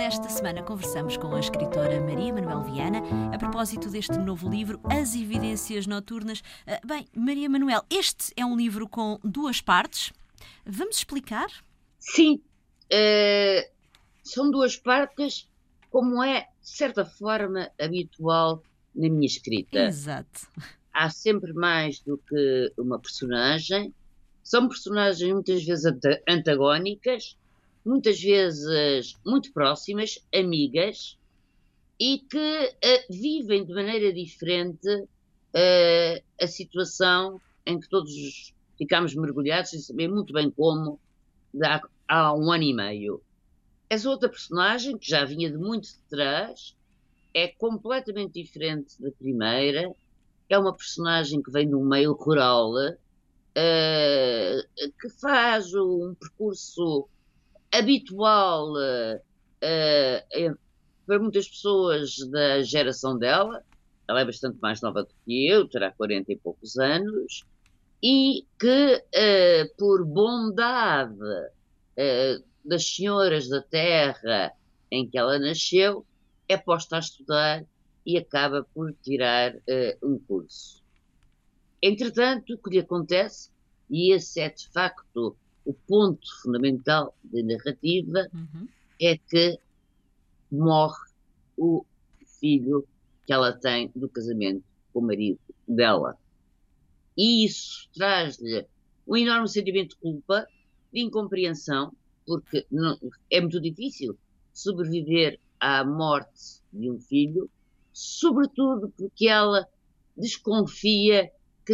Esta semana conversamos com a escritora Maria Manuel Viana a propósito deste novo livro, As Evidências Noturnas. Maria Manuel, este é um livro com duas partes. Vamos explicar? Sim, são duas partes, como é, de certa forma, habitual na minha escrita. Exato. Há sempre mais do que uma personagem. São personagens muitas vezes antagónicas, muitas vezes muito próximas, amigas, e que vivem de maneira diferente a situação em que todos ficamos mergulhados sem saber muito bem como há um ano e meio. Essa outra personagem, que já vinha de muito de trás, é completamente diferente da primeira. É uma personagem que vem de um meio rural, que faz um percurso habitual para muitas pessoas da geração dela. Ela é bastante mais nova do que eu, terá 40 e poucos anos, e que, por bondade das senhoras da terra em que ela nasceu, é posta a estudar e acaba por tirar um curso. Entretanto, o que lhe acontece, e esse é de facto o ponto fundamental da narrativa, é que morre o filho que ela tem do casamento com o marido dela. E isso traz-lhe um enorme sentimento de culpa, de incompreensão, porque é muito difícil sobreviver à morte de um filho, sobretudo porque ela desconfia que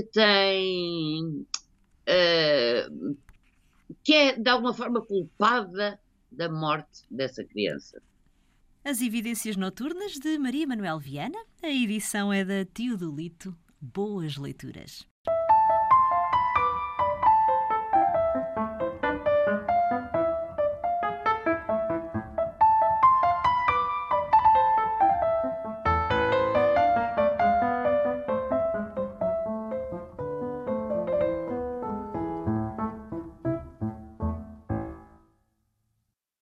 que é de alguma forma culpada da morte dessa criança. As Evidências Noturnas, de Maria Manuel Viana. A edição é da Teodolito. Boas leituras.